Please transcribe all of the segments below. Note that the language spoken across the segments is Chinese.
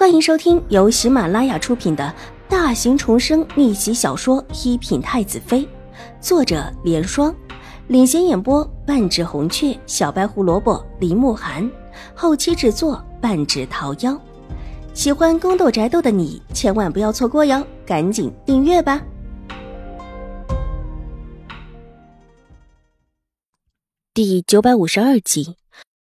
欢迎收听由喜马拉雅出品的大型重生逆袭小说《一品太子妃》，作者莲霜，领衔演播半指红雀、小白胡萝卜、林慕寒，后期制作半指桃夭。喜欢宫斗宅斗的你千万不要错过哟，赶紧订阅吧。第952集。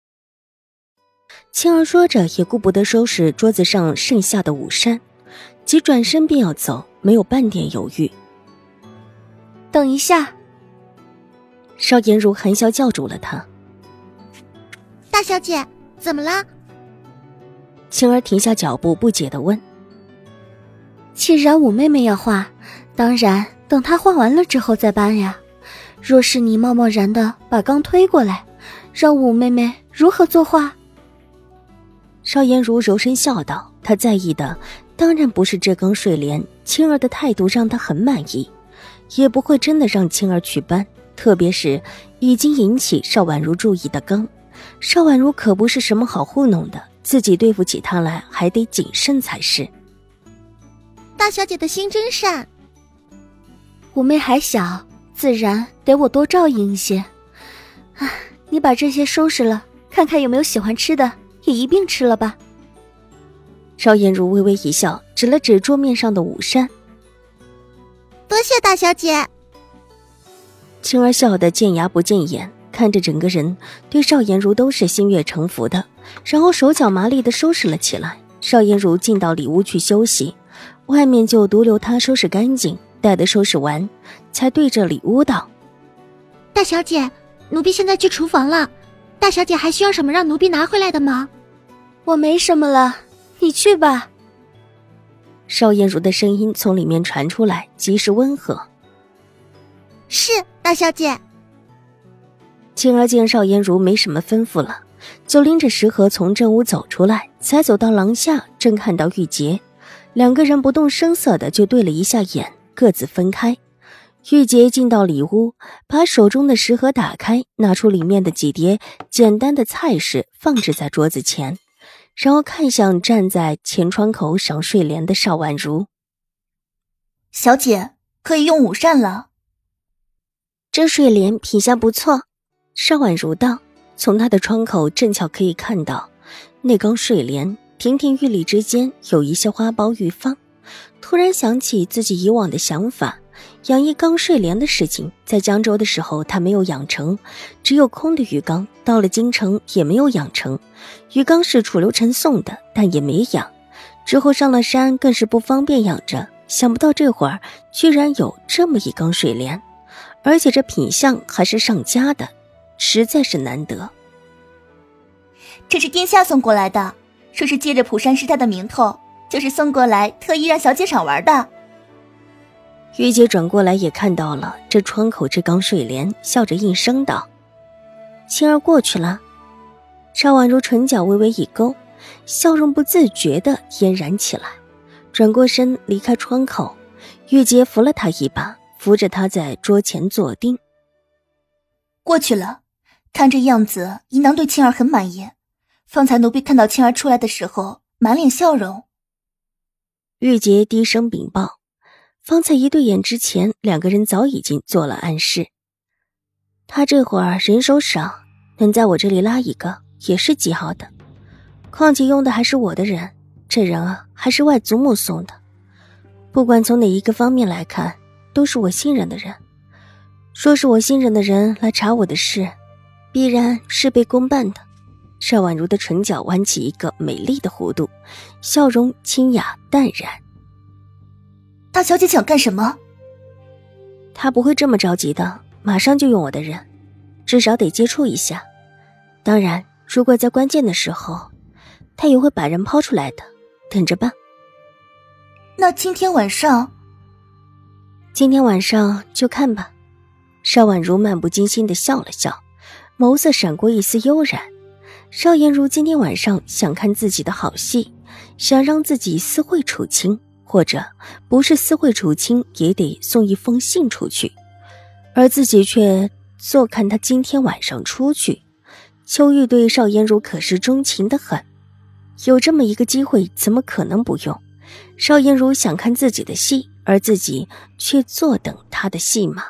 青儿说着也顾不得收拾桌子上剩下的午膳，即转身便要走，没有半点犹豫。 等一下。 邵颜如含笑叫住了她。 大小姐，怎么了？ 青儿停下脚步，不解地问。 既然五妹妹要画，当然等她画完了之后再搬呀。若是你贸贸然的把缸推过来，让五妹妹如何作画？ 邵颜如柔声笑道，她在意的当然不是这缸睡莲，青儿的态度让她很满意，也不会真的让青儿去搬，特别是已经引起邵婉如注意的缸。邵婉如可不是什么好糊弄的，自己对付起她来还得谨慎才是。 大小姐的心真善。五妹还小，自然得我多照应一些。你把这些收拾了，看看有没有喜欢吃的，也一并吃了吧。 邵颜如微微一笑，指了指桌面上的午膳。 多谢大小姐。 青儿笑得见牙不见眼，看着整个人对邵颜如都是心悦诚服的，然后手脚麻利地收拾了起来。邵颜如进到里屋去休息，外面就独留她收拾干净，待得收拾完才对着里屋道： 大小姐，奴婢现在去厨房了，大小姐还需要什么让奴婢拿回来的吗？我没什么了，你去吧。 邵颜如的声音从里面传出来，极是温和。 是，大小姐。 青儿见邵颜如没什么吩咐了，就拎着食盒从正屋走出来，才走到廊下，正看到玉洁，两个人不动声色的就对了一下眼，各自分开。玉洁进到里屋，把手中的食盒打开，拿出里面的几碟简单的菜式放置在桌子前，然后看向站在前窗口赏睡莲的邵婉如。 小姐，可以用午膳了。 这睡莲品相不错，邵婉如道，从她的窗口正巧可以看到那缸睡莲亭亭玉立之间有一些花苞欲放，突然想起自己以往的想法，养一缸睡莲的事情，在江州的时候他没有养成，只有空的鱼缸，到了京城也没有养成。鱼缸是楚留臣送的，但也没养，之后上了山更是不方便养着，想不到这会儿居然有这么一缸睡莲，而且这品相还是上佳的，实在是难得。 这是殿下送过来的，说是借着蒲山师太的名头，就是送过来特意让小姐赏玩的。 玉洁转过来也看到了这窗口这缸睡莲，笑着应声道：青儿过去了。邵婉如唇角微微一勾，笑容不自觉地嫣然起来，转过身离开窗口。玉洁扶了他一把，扶着他在桌前坐定。 过去了，看这样子宜囊对青儿很满意，方才奴婢看到青儿出来的时候满脸笑容。 玉洁低声禀报，方才一对眼之前，两个人早已经做了暗示。他这会儿人手少，能在我这里拉一个也是极好的，况且用的还是我的人，这人啊还是外祖母送的，不管从哪一个方面来看，都是我信任的人。说是我信任的人来查我的事，必然事倍功半的。邵婉如的唇角弯起一个美丽的弧度，笑容清雅淡然。 大小姐想干什么？ 他不会这么着急的，马上就用我的人，至少得接触一下。当然，如果在关键的时候，他也会把人抛出来的，等着吧。 那今天晚上？ 今天晚上就看吧。邵婉如漫不经心地笑了笑，眸色闪过一丝悠然。邵颜如今天晚上想看自己的好戏，想让自己私会楚清，或者不是私会楚清也得送一封信出去，而自己却坐看他今天晚上出去。秋玉对邵颜如可是钟情得很， 有这么一个机会，怎么可能不用？邵颜如想看自己的戏，而自己却坐等他的戏码。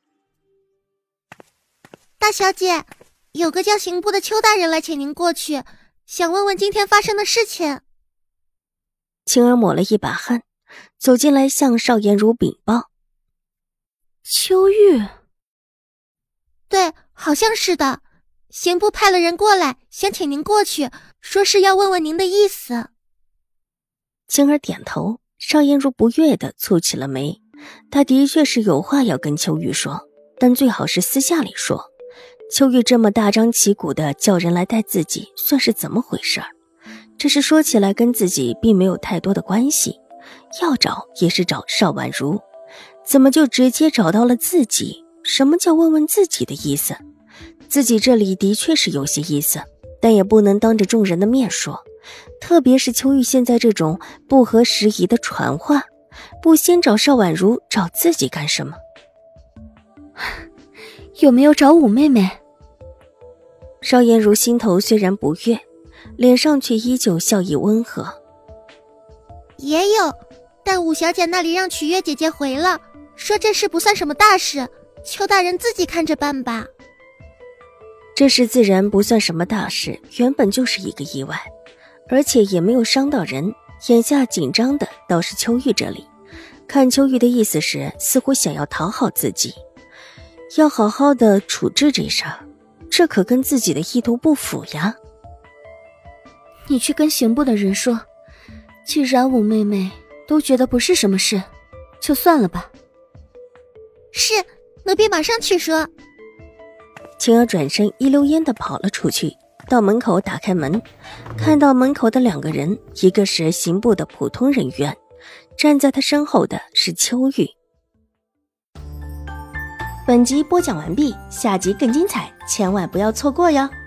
大小姐，有个叫刑部的邱大人来请您过去，想问问今天发生的事情。 青儿抹了一把汗，走进来向邵颜如禀报。 秋玉？对，好像是的。刑部派了人过来，想请您过去，说是要问问您的意思。 青儿点头，邵颜如不悦地蹙起了眉。她的确是有话要跟秋玉说，但最好是私下里说。秋玉这么大张旗鼓地叫人来带自己，算是怎么回事？这事说起来跟自己并没有太多的关系，要找也是找邵婉如，怎么就直接找到了自己？什么叫问问自己的意思？自己这里的确是有些意思，但也不能当着众人的面说，特别是秋玉现在这种不合时宜的传话，不先找邵婉如，找自己干什么？ 有没有找五妹妹？ 邵颜如心头虽然不悦，脸上却依旧笑意温和。 也有，但五小姐那里让曲月姐姐回了，说这事不算什么大事，邱大人自己看着办吧。 这事自然不算什么大事，原本就是一个意外，而且也没有伤到人。眼下紧张的倒是秋玉这里，看秋玉的意思是似乎想要讨好自己，要好好的处置这事儿，这可跟自己的意图不符呀。 你去跟刑部的人说，既然五妹妹都觉得不是什么事，就算了吧。是，奴婢马上去说。 青儿转身一溜烟地跑了出去，到门口打开门，看到门口的两个人，一个是刑部的普通人员，站在他身后的是秋玉。 本集播讲完毕，下集更精彩，千万不要错过哟。